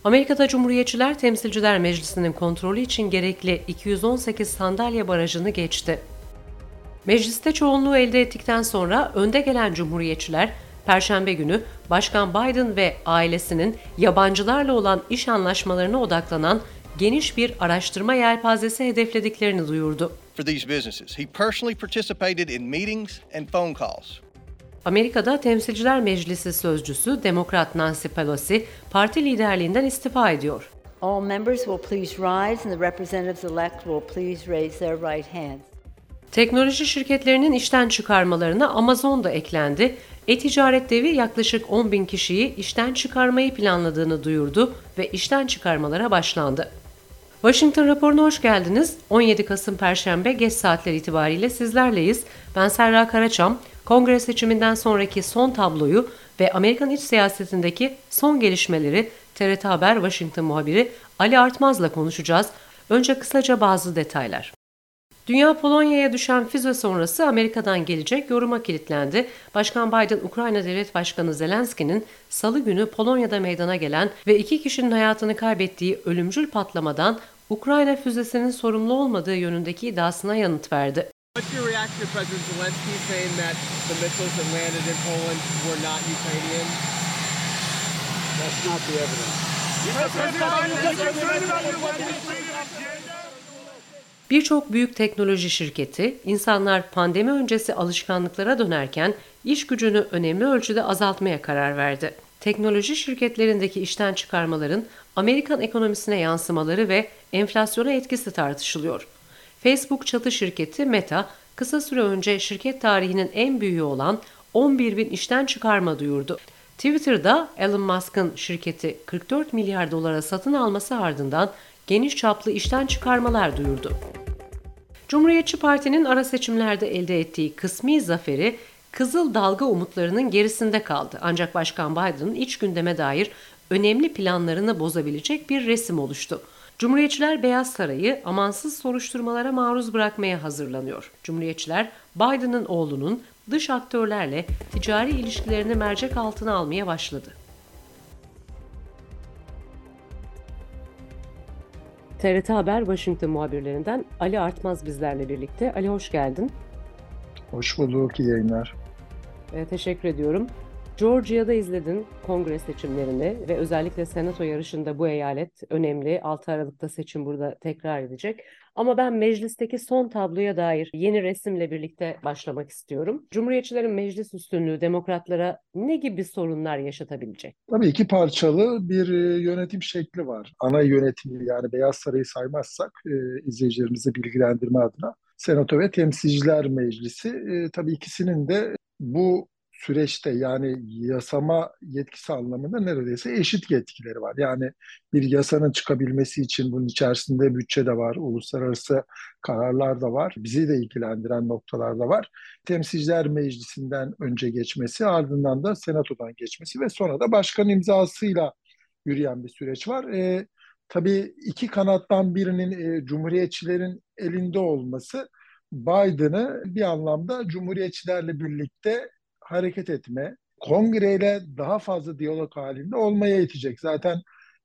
Amerika'da Cumhuriyetçiler Temsilciler Meclisi'nin kontrolü için gerekli 218 sandalye barajını geçti. Mecliste çoğunluğu elde ettikten sonra önde gelen Cumhuriyetçiler, Perşembe günü Başkan Biden ve ailesinin yabancılarla olan iş anlaşmalarına odaklanan geniş bir araştırma yelpazesi hedeflediklerini duyurdu. For these businesses, he personally participated in meetings and phone calls. Amerika'da Temsilciler Meclisi sözcüsü Demokrat Nancy Pelosi parti liderliğinden istifa ediyor. All members will please rise and the representatives-elect will please raise their right hands. Teknoloji şirketlerinin işten çıkarmalarına Amazon da eklendi. E-ticaret devi yaklaşık 10.000 kişiyi işten çıkarmayı planladığını duyurdu ve işten çıkarmalara başlandı. Washington raporuna hoş geldiniz. 17 Kasım Perşembe geç saatler itibariyle sizlerleyiz. Ben Serra Karaçam. Kongre seçiminden sonraki son tabloyu ve Amerikan iç siyasetindeki son gelişmeleri TRT Haber Washington muhabiri Ali Artmaz'la konuşacağız. Önce kısaca bazı detaylar. Dünya Polonya'ya düşen füze sonrası Amerika'dan gelecek yoruma kilitlendi. Başkan Biden, Ukrayna Devlet Başkanı Zelenski'nin Salı günü Polonya'da meydana gelen ve 2 kişinin hayatını kaybettiği ölümcül patlamadan Ukrayna füzesinin sorumlu olmadığı yönündeki iddiasına yanıt verdi. What's your reaction to President Zelensky saying that the missiles that landed in Poland were not Ukrainian? That's not the evidence. Birçok büyük teknoloji şirketi, insanlar pandemi öncesi alışkanlıklara dönerken iş gücünü önemli ölçüde azaltmaya karar verdi. Teknoloji şirketlerindeki işten çıkarmaların Amerikan ekonomisine yansımaları ve enflasyona etkisi tartışılıyor. Facebook çatı şirketi Meta, kısa süre önce şirket tarihinin en büyüğü olan 11.000 işten çıkarma duyurdu. Twitter'da Elon Musk'ın şirketi 44 milyar dolara satın alması ardından geniş çaplı işten çıkarmalar duyurdu. Cumhuriyetçi Parti'nin ara seçimlerde elde ettiği kısmi zaferi Kızıl Dalga umutlarının gerisinde kaldı. Ancak Başkan Biden'ın iç gündeme dair önemli planlarını bozabilecek bir resim oluştu. Cumhuriyetçiler Beyaz Sarayı amansız soruşturmalara maruz bırakmaya hazırlanıyor. Cumhuriyetçiler Biden'ın oğlunun dış aktörlerle ticari ilişkilerini mercek altına almaya başladı. TRT Haber Washington muhabirlerinden Ali Artmaz bizlerle birlikte. Ali, hoş geldin. Hoş bulduk, iyi yayınlar. Teşekkür ediyorum. Georgia'da izledin kongre seçimlerini ve özellikle senato yarışında bu eyalet önemli. 6 Aralık'ta seçim burada tekrar edecek. Ama ben meclisteki son tabloya dair yeni resimle birlikte başlamak istiyorum. Cumhuriyetçilerin meclis üstünlüğü demokratlara ne gibi sorunlar yaşatabilecek? Tabii iki parçalı bir yönetim şekli var. Ana yönetimi, yani Beyaz Sarayı saymazsak izleyicilerimizi bilgilendirme adına Senato ve Temsilciler Meclisi, tabii ikisinin de bu süreçte, yani yasama yetkisi anlamında neredeyse eşit yetkileri var. Yani bir yasanın çıkabilmesi için bunun içerisinde bütçe de var, uluslararası kararlar da var, bizi de ilgilendiren noktalar da var. Temsilciler Meclisi'nden önce geçmesi, ardından da Senato'dan geçmesi ve sonra da başkan imzasıyla yürüyen bir süreç var. Tabii iki kanattan birinin Cumhuriyetçilerin elinde olması Biden'ı bir anlamda Cumhuriyetçilerle birlikte hareket etme, kongreyle daha fazla diyalog halinde olmaya itecek. Zaten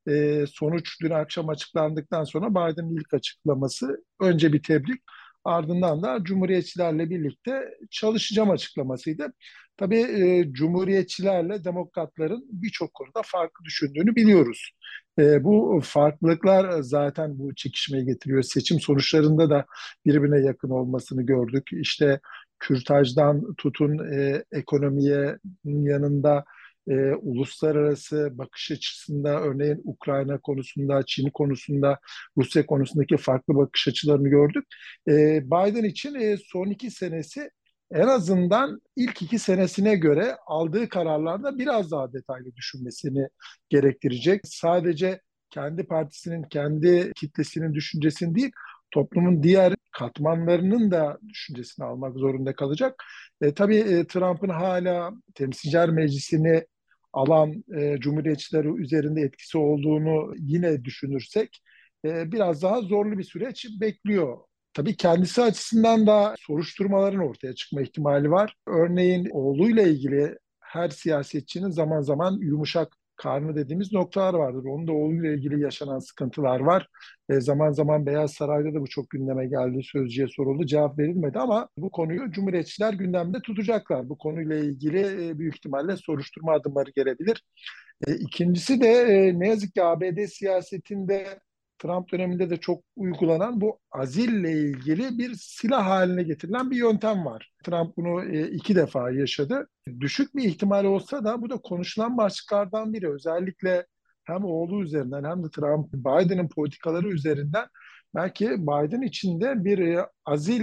sonuç dün akşam açıklandıktan sonra Biden'ın ilk açıklaması önce bir tebrik, ardından da Cumhuriyetçilerle birlikte çalışacağım açıklamasıydı. Tabii Cumhuriyetçilerle Demokratların birçok konuda farklı düşündüğünü biliyoruz. Bu farklılıklar zaten bu çekişmeyi getiriyor. Seçim sonuçlarında da birbirine yakın olmasını gördük. İşte kürtajdan tutun ekonomiye yanında uluslararası bakış açısında, örneğin Ukrayna konusunda, Çin konusunda, Rusya konusundaki farklı bakış açılarını gördük. Biden için son 2 senesi en azından ilk 2 senesine göre aldığı kararlarda biraz daha detaylı düşünmesini gerektirecek. Sadece kendi partisinin, kendi kitlesinin düşüncesini değil, toplumun diğer katmanlarının da düşüncesini almak zorunda kalacak. Tabii Trump'ın hala Temsilciler Meclisi'ni alan Cumhuriyetçiler üzerinde etkisi olduğunu yine düşünürsek biraz daha zorlu bir süreç bekliyor. Tabii kendisi açısından da soruşturmaların ortaya çıkma ihtimali var. Örneğin oğluyla ilgili her siyasetçinin zaman zaman yumuşak karnı dediğimiz noktalar vardır. Onun da oğluyla ilgili yaşanan sıkıntılar var. Zaman zaman Beyaz Saray'da da bu çok gündeme geldi. Sözcüye soruldu, cevap verilmedi ama bu konuyu Cumhuriyetçiler gündemde tutacaklar. Bu konuyla ilgili büyük ihtimalle soruşturma adımları gelebilir. İkincisi de ne yazık ki ABD siyasetinde Trump döneminde de çok uygulanan bu azille ilgili bir silah haline getirilen bir yöntem var. Trump bunu iki defa yaşadı. Düşük bir ihtimal olsa da bu da konuşulan başlıklardan biri. Özellikle hem oğlu üzerinden hem de Trump, Biden'ın politikaları üzerinden belki Biden için de bir azil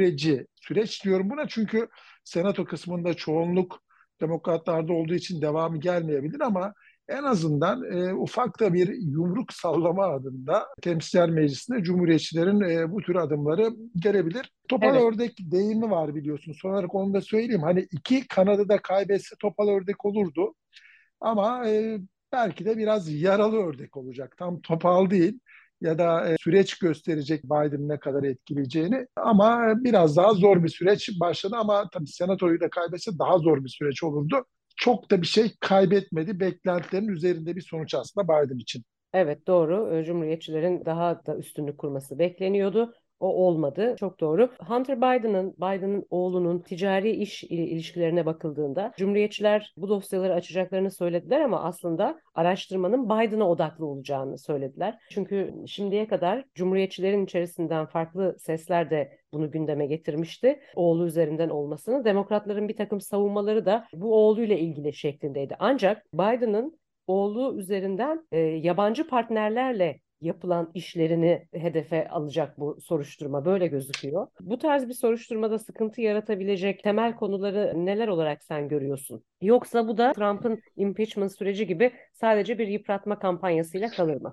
süreç diyorum buna çünkü Senato kısmında çoğunluk Demokratlarda olduğu için devamı gelmeyebilir ama en azından ufak da bir yumruk sallama adında Temsilciler Meclisi'nde Cumhuriyetçilerin bu tür adımları gelebilir. Topal Evet. ördek deyimi var biliyorsun. Son olarak onu da söyleyeyim. Hani iki kanadı da kaybetse topal ördek olurdu. Ama belki de biraz yaralı ördek olacak. Tam topal değil ya da süreç gösterecek Biden'ı ne kadar etkileyeceğini. Ama biraz daha zor bir süreç başladı ama tabii senatoyu da kaybetse daha zor bir süreç olurdu. Çok da bir şey kaybetmedi. Beklentilerin üzerinde bir sonuç aslında Biden için. Evet, doğru. Cumhuriyetçilerin daha da üstünlük kurması bekleniyordu. O olmadı. Çok doğru. Hunter Biden'ın oğlunun ticari iş ilişkilerine bakıldığında Cumhuriyetçiler bu dosyaları açacaklarını söylediler ama aslında araştırmanın Biden'a odaklı olacağını söylediler. Çünkü şimdiye kadar Cumhuriyetçilerin içerisinden farklı sesler de bunu gündeme getirmişti. Oğlu üzerinden olmasını. Demokratların bir takım savunmaları da bu oğluyla ilgili şeklindeydi. Ancak Biden'ın oğlu üzerinden yabancı partnerlerle yapılan işlerini hedefe alacak bu soruşturma böyle gözüküyor. Bu tarz bir soruşturmada sıkıntı yaratabilecek temel konuları neler olarak sen görüyorsun? Yoksa bu da Trump'ın impeachment süreci gibi sadece bir yıpratma kampanyasıyla kalır mı?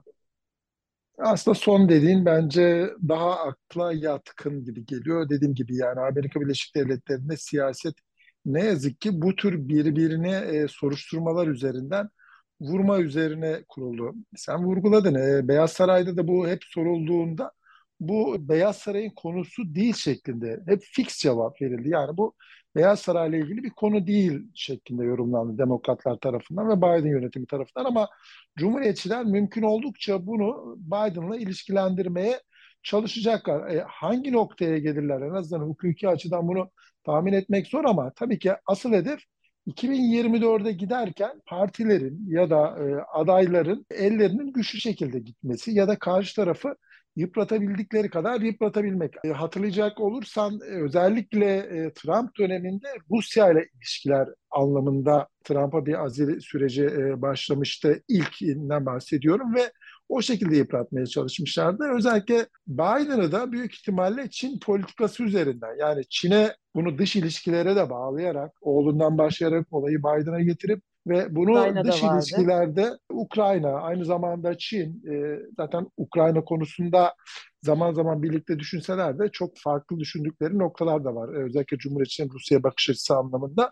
Aslında son dediğin bence daha akla yatkın gibi geliyor. Dediğim gibi yani Amerika Birleşik Devletleri'nde siyaset ne yazık ki bu tür birbirine soruşturmalar üzerinden vurma üzerine kuruldu. Sen vurguladın. Beyaz Saray'da da bu hep sorulduğunda bu Beyaz Saray'ın konusu değil şeklinde hep fix cevap verildi. Yani bu Beyaz Saray'la ilgili bir konu değil şeklinde yorumlandı Demokratlar tarafından ve Biden yönetimi tarafından ama Cumhuriyetçiler mümkün oldukça bunu Biden'la ilişkilendirmeye çalışacaklar. Hangi noktaya gelirler? En azından hukuki açıdan bunu tahmin etmek zor ama tabii ki asıl hedef 2024'e giderken partilerin ya da adayların ellerinin güçlü şekilde gitmesi ya da karşı tarafı yıpratabildikleri kadar yıpratabilmek. Hatırlayacak olursan özellikle Trump döneminde Rusya ile ilişkiler anlamında Trump'a bir azil süreci başlamıştı. İlkinden bahsediyorum ve o şekilde yıpratmaya çalışmışlardı. Özellikle Biden'ı da büyük ihtimalle Çin politikası üzerinden yani Çin'e bunu dış ilişkilere de bağlayarak oğlundan başlayarak olayı Biden'a getirip ve bunu Ukrayna'da dış vardı. ilişkilerde Ukrayna aynı zamanda Çin zaten Ukrayna konusunda zaman zaman birlikte düşünseler de çok farklı düşündükleri noktalar da var. Özellikle Cumhuriyetçilerin Rusya'ya bakış açısı anlamında.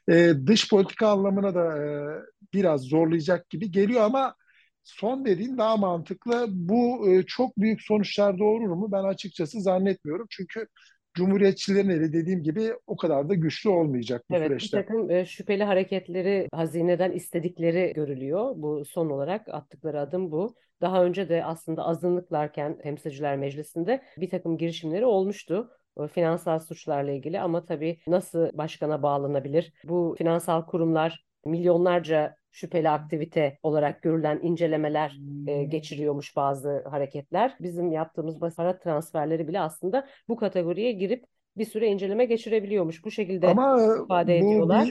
Dış politika anlamına da biraz zorlayacak gibi geliyor ama son dediğin daha mantıklı. Bu çok büyük sonuçlar doğurur mu? Ben açıkçası zannetmiyorum. Çünkü Cumhuriyetçilerin eli dediğim gibi o kadar da güçlü olmayacak bu Evet, bir süreçte. takım şüpheli hareketleri hazineden istedikleri görülüyor. Bu son olarak attıkları adım bu. Daha önce de aslında azınlıklarken Temsilciler Meclisi'nde bir takım girişimleri olmuştu. Finansal suçlarla ilgili ama tabii nasıl başkana bağlanabilir? Bu finansal kurumlar milyonlarca şüpheli aktivite olarak görülen incelemeler geçiriyormuş bazı hareketler. Bizim yaptığımız para transferleri bile aslında bu kategoriye girip bir süre inceleme geçirebiliyormuş. Bu şekilde Ama ifade bu ediyorlar. bir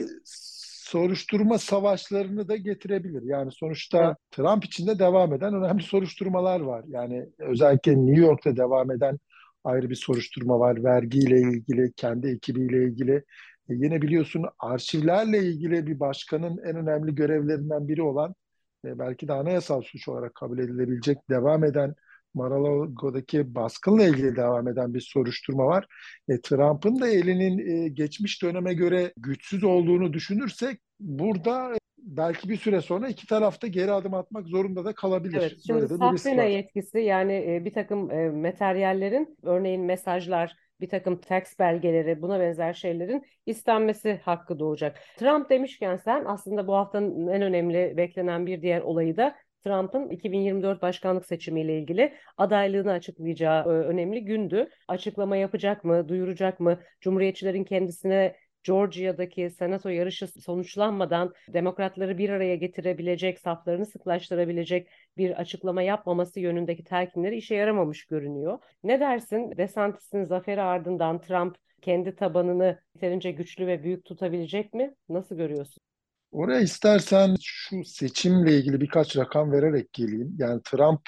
soruşturma savaşlarını da getirebilir. Yani Evet, sonuçta Trump içinde devam eden önemli soruşturmalar var. Yani özellikle New York'ta devam eden ayrı bir soruşturma var. Vergiyle ilgili, kendi ekibiyle ilgili. Yine biliyorsun arşivlerle ilgili bir başkanın en önemli görevlerinden biri olan belki de anayasal suç olarak kabul edilebilecek devam eden Mar-a-Lago'daki baskınla ilgili devam eden bir soruşturma var. Trump'ın da elinin geçmiş döneme göre güçsüz olduğunu düşünürsek burada belki bir süre sonra iki tarafta geri adım atmak zorunda da kalabilir. evet. Şimdi Böyle de bir risk Safina var. yetkisi yani bir takım materyallerin örneğin mesajlar bir takım tax belgeleri, buna benzer şeylerin istenmesi hakkı doğacak. Trump demişken sen aslında bu haftanın en önemli beklenen bir diğer olayı da Trump'ın 2024 başkanlık seçimiyle ilgili adaylığını açıklayacağı önemli gündü. Açıklama yapacak mı, duyuracak mı? Cumhuriyetçilerin kendisine Georgia'daki senato yarışı sonuçlanmadan demokratları bir araya getirebilecek, saflarını sıklaştırabilecek bir açıklama yapmaması yönündeki telkinleri işe yaramamış görünüyor. Ne dersin? DeSantis'in zaferi ardından Trump kendi tabanını yeterince güçlü ve büyük tutabilecek mi? Nasıl görüyorsun? Oraya istersen şu seçimle ilgili birkaç rakam vererek geleyim. Yani Trump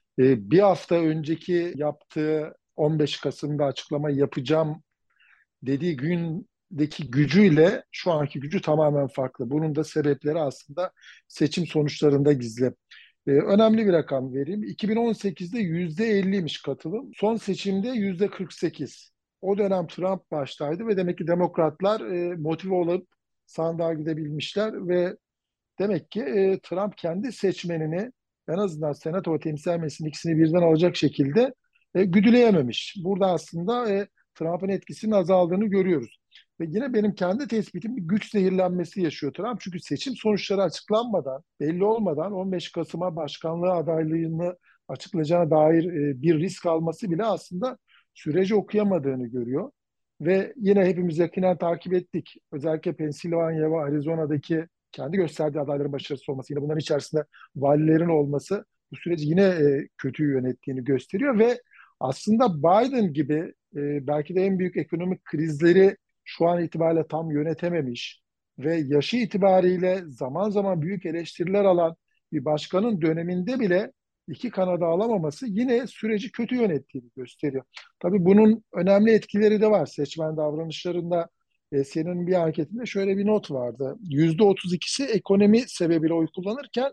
bir hafta önceki yaptığı 15 Kasım'da açıklama yapacağım dediği gündeki gücüyle şu anki gücü tamamen farklı. Bunun da sebepleri aslında seçim sonuçlarında gizli. Önemli bir rakam vereyim. 2018'de %50'ymiş katılım. Son seçimde %48. O dönem Trump baştaydı ve demek ki demokratlar motive olup sandığa gidebilmişler ve demek ki Trump kendi seçmenini en azından Senato ve Temsilciler Meclisi'nin ikisini birden alacak şekilde güdüleyememiş. Burada aslında Trump'ın etkisinin azaldığını görüyoruz. Ve yine benim kendi tespitim bir güç zehirlenmesi yaşıyor Trump. Çünkü seçim sonuçları açıklanmadan, belli olmadan 15 Kasım'a başkanlığı adaylığını açıklayacağına dair bir risk alması bile aslında süreci okuyamadığını görüyor. Ve yine hepimiz yakinen takip ettik. Özellikle Pensilvanya ve Arizona'daki kendi gösterdiği adayların başarısız olması, yine bunların içerisinde valilerin olması bu süreci yine kötü yönettiğini gösteriyor ve aslında Biden gibi belki de en büyük ekonomik krizleri şu an itibariyle tam yönetememiş ve yaşı itibariyle zaman zaman büyük eleştiriler alan bir başkanın döneminde bile iki kanadı alamaması yine süreci kötü yönettiğini gösteriyor. Tabii bunun önemli etkileri de var seçmen davranışlarında. Senin bir anketinde şöyle bir not vardı. %32'si ekonomi sebebiyle oy kullanırken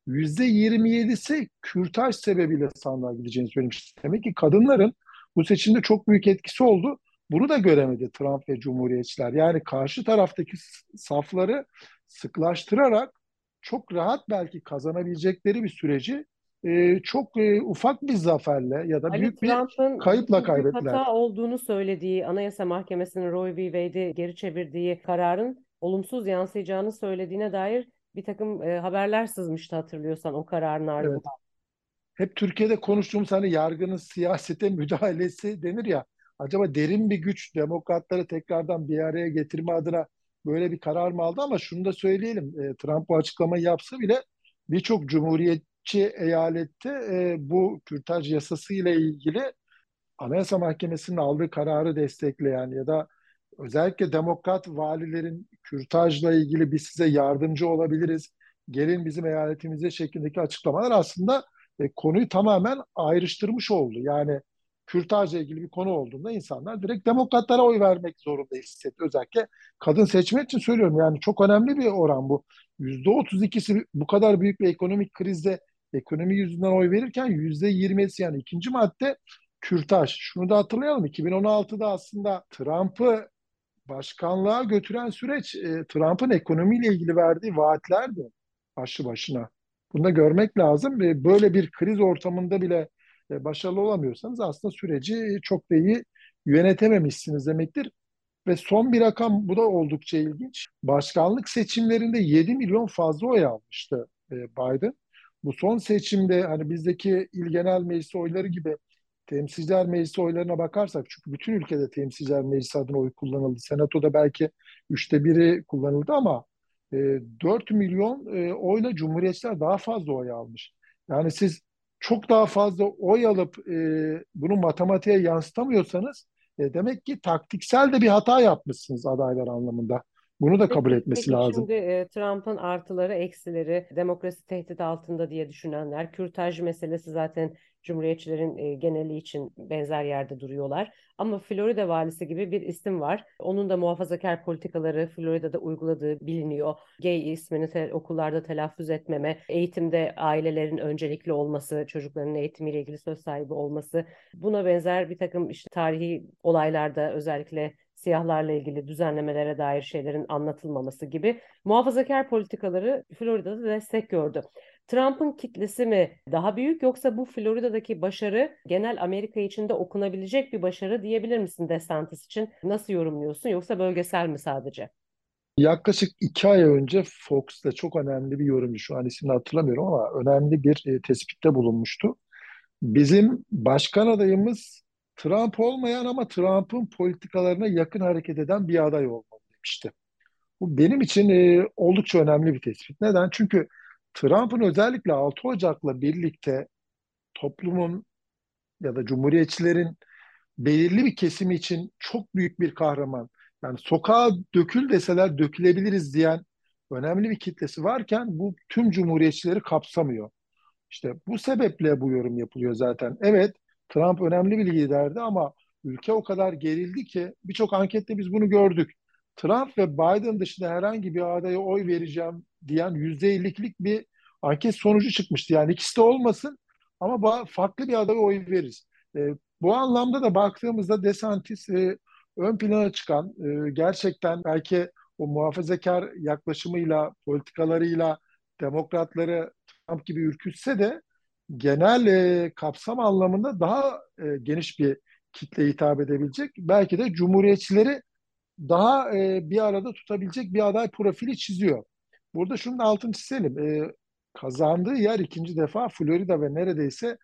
%27'si kürtaj sebebiyle sandığa gideceğini söylemiş. Demek ki kadınların bu seçimde çok büyük etkisi oldu. Bunu da göremedi Trump ve Cumhuriyetçiler. Yani karşı taraftaki safları sıklaştırarak çok rahat belki kazanabilecekleri bir süreci çok ufak bir zaferle ya da Ali büyük bir Trump'ın kayıpla bu büyük kaybettiler. hata olduğunu söylediği, Anayasa Mahkemesi'nin Roe v. Wade'i geri çevirdiği kararın olumsuz yansıyacağını söylediğine dair bir takım haberler sızmıştı hatırlıyorsan o kararın Evet. ardından. Hep Türkiye'de konuştuğumuz hani yargının siyasete müdahalesi denir ya. Acaba derin bir güç demokratları tekrardan bir araya getirme adına böyle bir karar mı aldı? Ama şunu da söyleyelim. Trump bu açıklamayı yapsa bile birçok cumhuriyetçi eyalette bu kürtaj yasası ile ilgili Anayasa Mahkemesi'nin aldığı kararı destekleyen ya da özellikle demokrat valilerin kürtajla ilgili biz size yardımcı olabiliriz, gelin bizim eyaletimize şeklindeki açıklamalar aslında konuyu tamamen ayrıştırmış oldu. Yani kürtajla ilgili bir konu olduğunda insanlar direkt demokratlara oy vermek zorunda hissetti. Özellikle kadın seçmen için söylüyorum, yani çok önemli bir oran bu. %32'si bu kadar büyük bir ekonomik krizde ekonomi yüzünden oy verirken %20'si, yani ikinci madde kürtaj. Şunu da hatırlayalım, 2016'da aslında Trump'ı başkanlığa götüren süreç Trump'ın ekonomiyle ilgili verdiği vaatlerdi başlı başına. Bunu da görmek lazım. Böyle bir kriz ortamında bile başarılı olamıyorsanız aslında süreci çok da iyi yönetememişsiniz demektir. Ve son bir rakam, bu da oldukça ilginç. Başkanlık seçimlerinde 7 milyon fazla oy almıştı Biden. Bu son seçimde hani bizdeki il genel meclisi oyları gibi temsilciler meclisi oylarına bakarsak, çünkü bütün ülkede temsilciler meclisi adına oy kullanıldı. Senatoda belki üçte biri kullanıldı ama 4 milyon oyla Cumhuriyetçiler daha fazla oy almış. Yani siz çok daha fazla oy alıp bunu matematiğe yansıtamıyorsanız demek ki taktiksel de bir hata yapmışsınız adaylar anlamında. Bunu da kabul etmesi Peki lazım. şimdi Trump'ın artıları, eksileri, demokrasi tehdit altında diye düşünenler, kürtaj meselesi zaten Cumhuriyetçilerin geneli için benzer yerde duruyorlar. Ama Florida valisi gibi bir isim var. Onun da muhafazakar politikaları Florida'da uyguladığı biliniyor. Gay ismini okullarda telaffuz etmeme, eğitimde ailelerin öncelikli olması, çocukların eğitimiyle ilgili söz sahibi olması, buna benzer bir takım işte tarihi olaylarda özellikle siyahlarla ilgili düzenlemelere dair şeylerin anlatılmaması gibi muhafazakar politikaları Florida'da destek gördü. Trump'ın kitlesi mi daha büyük yoksa bu Florida'daki başarı genel Amerika için de okunabilecek bir başarı diyebilir misin DeSantis için? Nasıl yorumluyorsun yoksa bölgesel mi sadece? Yaklaşık 2 ay önce Fox'ta çok önemli bir yorumcu, şu an ismini hatırlamıyorum ama önemli bir tespitte bulunmuştu. Bizim başkan adayımız Trump olmayan ama Trump'ın politikalarına yakın hareket eden bir aday olmalı demişti. Bu benim için oldukça önemli bir tespit. Neden? Çünkü Trump'ın özellikle 6 Ocak'la birlikte toplumun ya da cumhuriyetçilerin belirli bir kesimi için çok büyük bir kahraman. Yani sokağa dökül deseler dökülebiliriz diyen önemli bir kitlesi varken bu tüm cumhuriyetçileri kapsamıyor. İşte bu sebeple bu yorum yapılıyor zaten. Evet, Trump önemli bir liderdi ama ülke o kadar gerildi ki birçok ankette biz bunu gördük. Trump ve Biden dışında herhangi bir adaya oy vereceğim diyen %52'lik bir anket sonucu çıkmıştı. Yani ikisi de olmasın ama farklı bir adaya oy veririz. E, Bu anlamda da baktığımızda DeSantis ön plana çıkan, gerçekten belki o muhafazakar yaklaşımıyla, politikalarıyla demokratları Trump gibi ürkütse de genel kapsam anlamında daha geniş bir kitle hitap edebilecek. Belki de cumhuriyetçileri daha bir arada tutabilecek bir aday profili çiziyor. Burada şunun altını çizelim. Kazandığı yer ikinci defa Florida ve neredeyse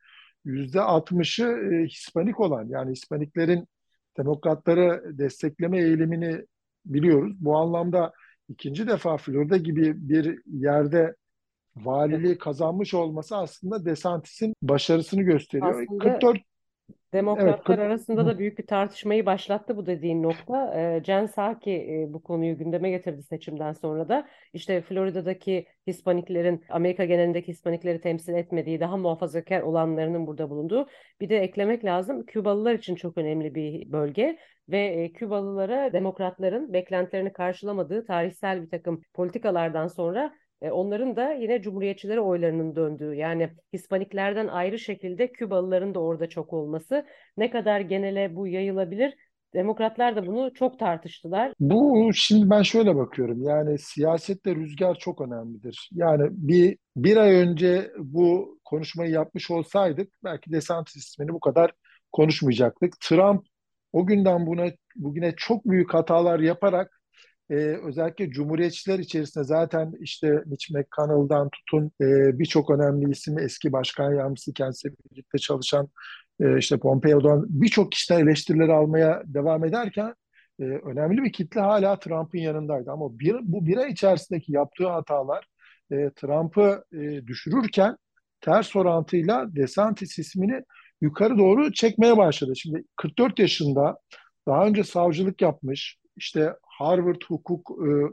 %60'ı Hispanik olan, yani Hispaniklerin demokratları destekleme eğilimini biliyoruz. Bu anlamda ikinci defa Florida gibi bir yerde valiliği kazanmış olması aslında DeSantis'in başarısını gösteriyor. Aslında 44, evet, Demokratlar arasında da büyük bir tartışmayı başlattı bu dediğin nokta. Jen Psaki bu konuyu gündeme getirdi seçimden sonra da. İşte Florida'daki Hispaniklerin, Amerika genelindeki Hispanikleri temsil etmediği, daha muhafazakar olanlarının burada bulunduğu. Bir de eklemek lazım, Kübalılar için çok önemli bir bölge ve Kübalılara demokratların beklentilerini karşılamadığı tarihsel bir takım politikalardan sonra onların da yine cumhuriyetçilere oylarının döndüğü, yani Hispaniklerden ayrı şekilde Kübalıların da orada çok olması, ne kadar genele bu yayılabilir? Demokratlar da bunu çok tartıştılar. bu şimdi ben şöyle bakıyorum, yani siyasette rüzgar çok önemlidir. Yani bir ay önce bu konuşmayı yapmış olsaydık belki DeSantis ismini bu kadar konuşmayacaktık. Trump o günden bugüne çok büyük hatalar yaparak özellikle Cumhuriyetçiler içerisinde zaten işte Mitch McConnell'dan tutun birçok önemli ismi, eski başkan yardımcısı, kendisiyle birlikte çalışan işte Pompeo'dan birçok kişiden eleştirileri almaya devam ederken önemli bir kitle hala Trump'ın yanındaydı. Ama bu bir ay içerisindeki yaptığı hatalar Trump'ı düşürürken ters orantıyla DeSantis ismini yukarı doğru çekmeye başladı. Şimdi 44 yaşında, daha önce savcılık yapmış, işte Harvard hukuk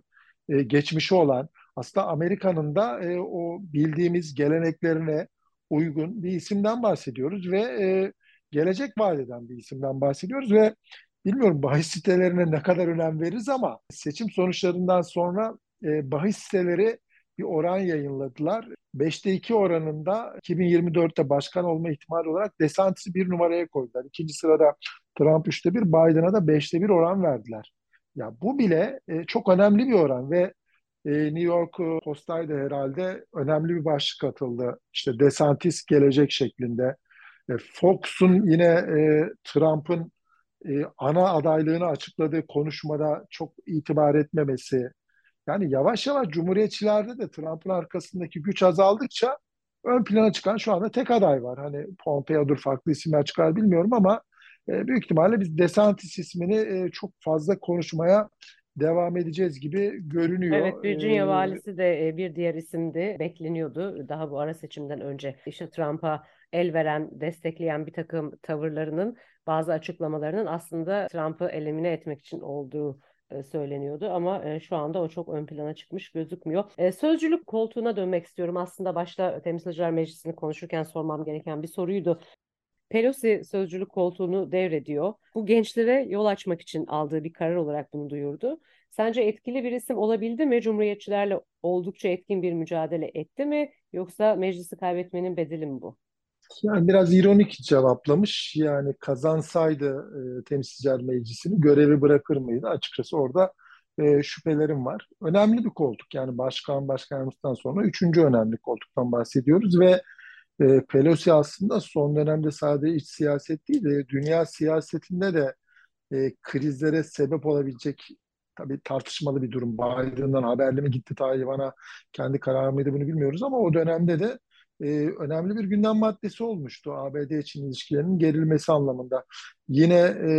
geçmişi olan, aslında Amerika'nın da o bildiğimiz geleneklerine uygun bir isimden bahsediyoruz ve gelecek vaat eden bir isimden bahsediyoruz ve bilmiyorum bahis sitelerine ne kadar önem veririz ama seçim sonuçlarından sonra bahis siteleri bir oran yayınladılar. 5'te 2 oranında 2024'te başkan olma ihtimali olarak DeSantis'i bir numaraya koydular. İkinci sırada Trump 3'te 1, Biden'a da 5'te 1 oran verdiler. Ya bu bile çok önemli bir oran ve New York Post'taydı herhalde, önemli bir başlık atıldı. İşte DeSantis gelecek şeklinde. Fox'un yine Trump'ın ana adaylığını açıkladığı konuşmada çok itibar etmemesi. Yani yavaş yavaş Cumhuriyetçilerde de Trump'ın arkasındaki güç azaldıkça ön plana çıkan şu anda tek aday var. Hani Pompeo'dur, farklı isimler çıkar bilmiyorum ama büyük ihtimalle biz DeSantis ismini çok fazla konuşmaya devam edeceğiz gibi Evet, görünüyor. Virginia valisi de bir diğer isimdi, bekleniyordu. Daha bu ara seçimden önce işte Trump'a el veren, destekleyen bir takım tavırlarının, bazı açıklamalarının aslında Trump'ı elimine etmek için olduğu söyleniyordu. Ama şu anda o çok ön plana çıkmış gözükmüyor. Sözcülük koltuğuna dönmek istiyorum. Aslında başta Temsilciler Meclisi'ni konuşurken sormam gereken bir soruydu. Pelosi sözcülük koltuğunu devrediyor. Bu gençlere yol açmak için aldığı bir karar olarak bunu duyurdu. Sence etkili bir isim olabildi mi? Cumhuriyetçilerle oldukça etkin bir mücadele etti mi? Yoksa meclisi kaybetmenin bedeli mi bu? Yani biraz ironik cevaplamış. Yani kazansaydı Temsilciler Meclisi'ni görevi bırakır mıydı? Açıkçası orada şüphelerim var. Önemli bir koltuk, yani başkan yardımcısından sonra üçüncü önemli koltuktan bahsediyoruz ve Pelosi aslında son dönemde sadece iç siyaset değil, dünya siyasetinde de krizlere sebep olabilecek, tabii tartışmalı bir durum. Biden'dan haberli mi gitti Tayvan'a, kendi kararı mıydı bunu bilmiyoruz ama o dönemde de önemli bir gündem maddesi olmuştu ABD-Çin ilişkilerinin gerilmesi anlamında. Yine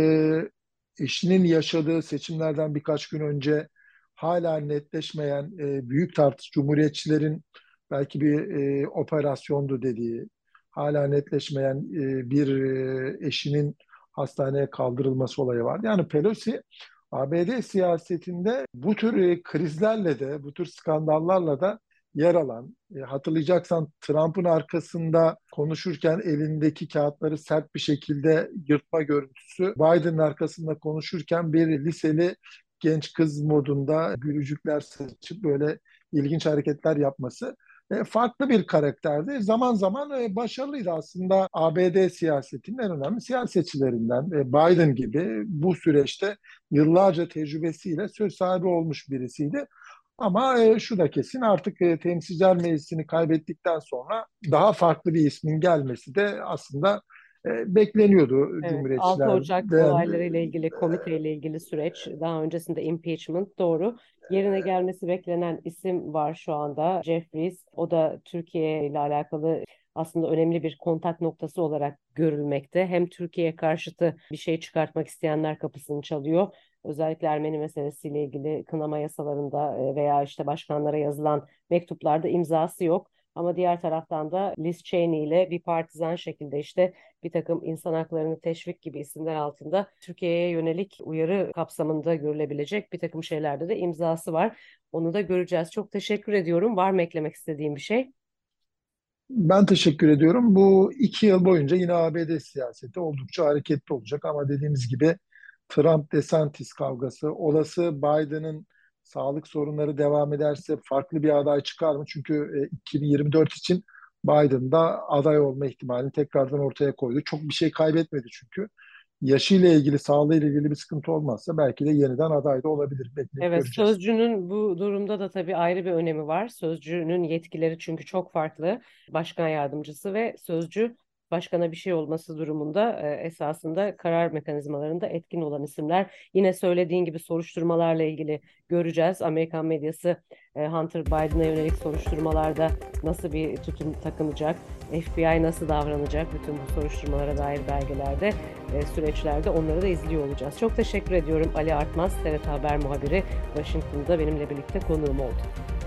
eşinin yaşadığı seçimlerden birkaç gün önce hala netleşmeyen büyük Cumhuriyetçilerin belki bir operasyondu dediği, hala netleşmeyen bir eşinin hastaneye kaldırılması olayı var. Yani Pelosi ABD siyasetinde bu tür krizlerle de, bu tür skandallarla da yer alan, hatırlayacaksan Trump'ın arkasında konuşurken elindeki kağıtları sert bir şekilde yırtma görüntüsü, Biden'ın arkasında konuşurken bir liseli genç kız modunda gülücükler saçıp böyle ilginç hareketler yapması farklı bir karakterdi. Zaman zaman başarılıydı aslında. ABD siyasetinin en önemli siyasetçilerinden. Biden gibi bu süreçte yıllarca tecrübesiyle söz sahibi olmuş birisiydi. Ama şu da kesin, artık Temsilciler Meclisi'ni kaybettikten sonra daha farklı bir ismin gelmesi de aslında bekleniyordu Evet, 6 Ocak Cumhuriyetçilerden. olaylarıyla ilgili, komiteyle ilgili süreç, daha öncesinde impeachment, doğru. Yerine gelmesi beklenen isim var şu anda, Jeffries. O da Türkiye ile alakalı aslında önemli bir kontak noktası olarak görülmekte. Hem Türkiye karşıtı bir şey çıkartmak isteyenler kapısını çalıyor. Özellikle Ermeni meselesiyle ilgili kınama yasalarında veya işte başkanlara yazılan mektuplarda imzası yok. Ama diğer taraftan da Liz Cheney ile bir partizan şekilde işte bir takım insan haklarını teşvik gibi isimler altında Türkiye'ye yönelik uyarı kapsamında görülebilecek bir takım şeylerde de imzası var. Onu da göreceğiz. Çok teşekkür ediyorum. Var mı eklemek istediğim bir şey? Ben teşekkür ediyorum. Bu 2 yıl boyunca yine ABD siyaseti oldukça hareketli olacak ama dediğimiz gibi Trump-DeSantis kavgası, olası Biden'ın sağlık sorunları devam ederse farklı bir aday çıkar mı? Çünkü 2024 için Biden da aday olma ihtimalini tekrardan ortaya koydu. Çok bir şey kaybetmedi çünkü. Yaşıyla ilgili, sağlığıyla ilgili bir sıkıntı olmazsa belki de yeniden aday da olabilir. Bekleyip Evet, göreceğiz. sözcünün bu durumda da tabii ayrı bir önemi var. Sözcünün yetkileri çünkü çok farklı. Başkan yardımcısı ve sözcü, başkana bir şey olması durumunda esasında karar mekanizmalarında etkin olan isimler. Yine söylediğin gibi soruşturmalarla ilgili göreceğiz. Amerikan medyası Hunter Biden'a yönelik soruşturmalarda nasıl bir tutum takınacak, FBI nasıl davranacak bütün bu soruşturmalara dair belgelerde, süreçlerde onları da izliyor olacağız. Çok teşekkür ediyorum. Ali Artmaz, TRT Haber muhabiri, Washington'da benimle birlikte konuğum oldu.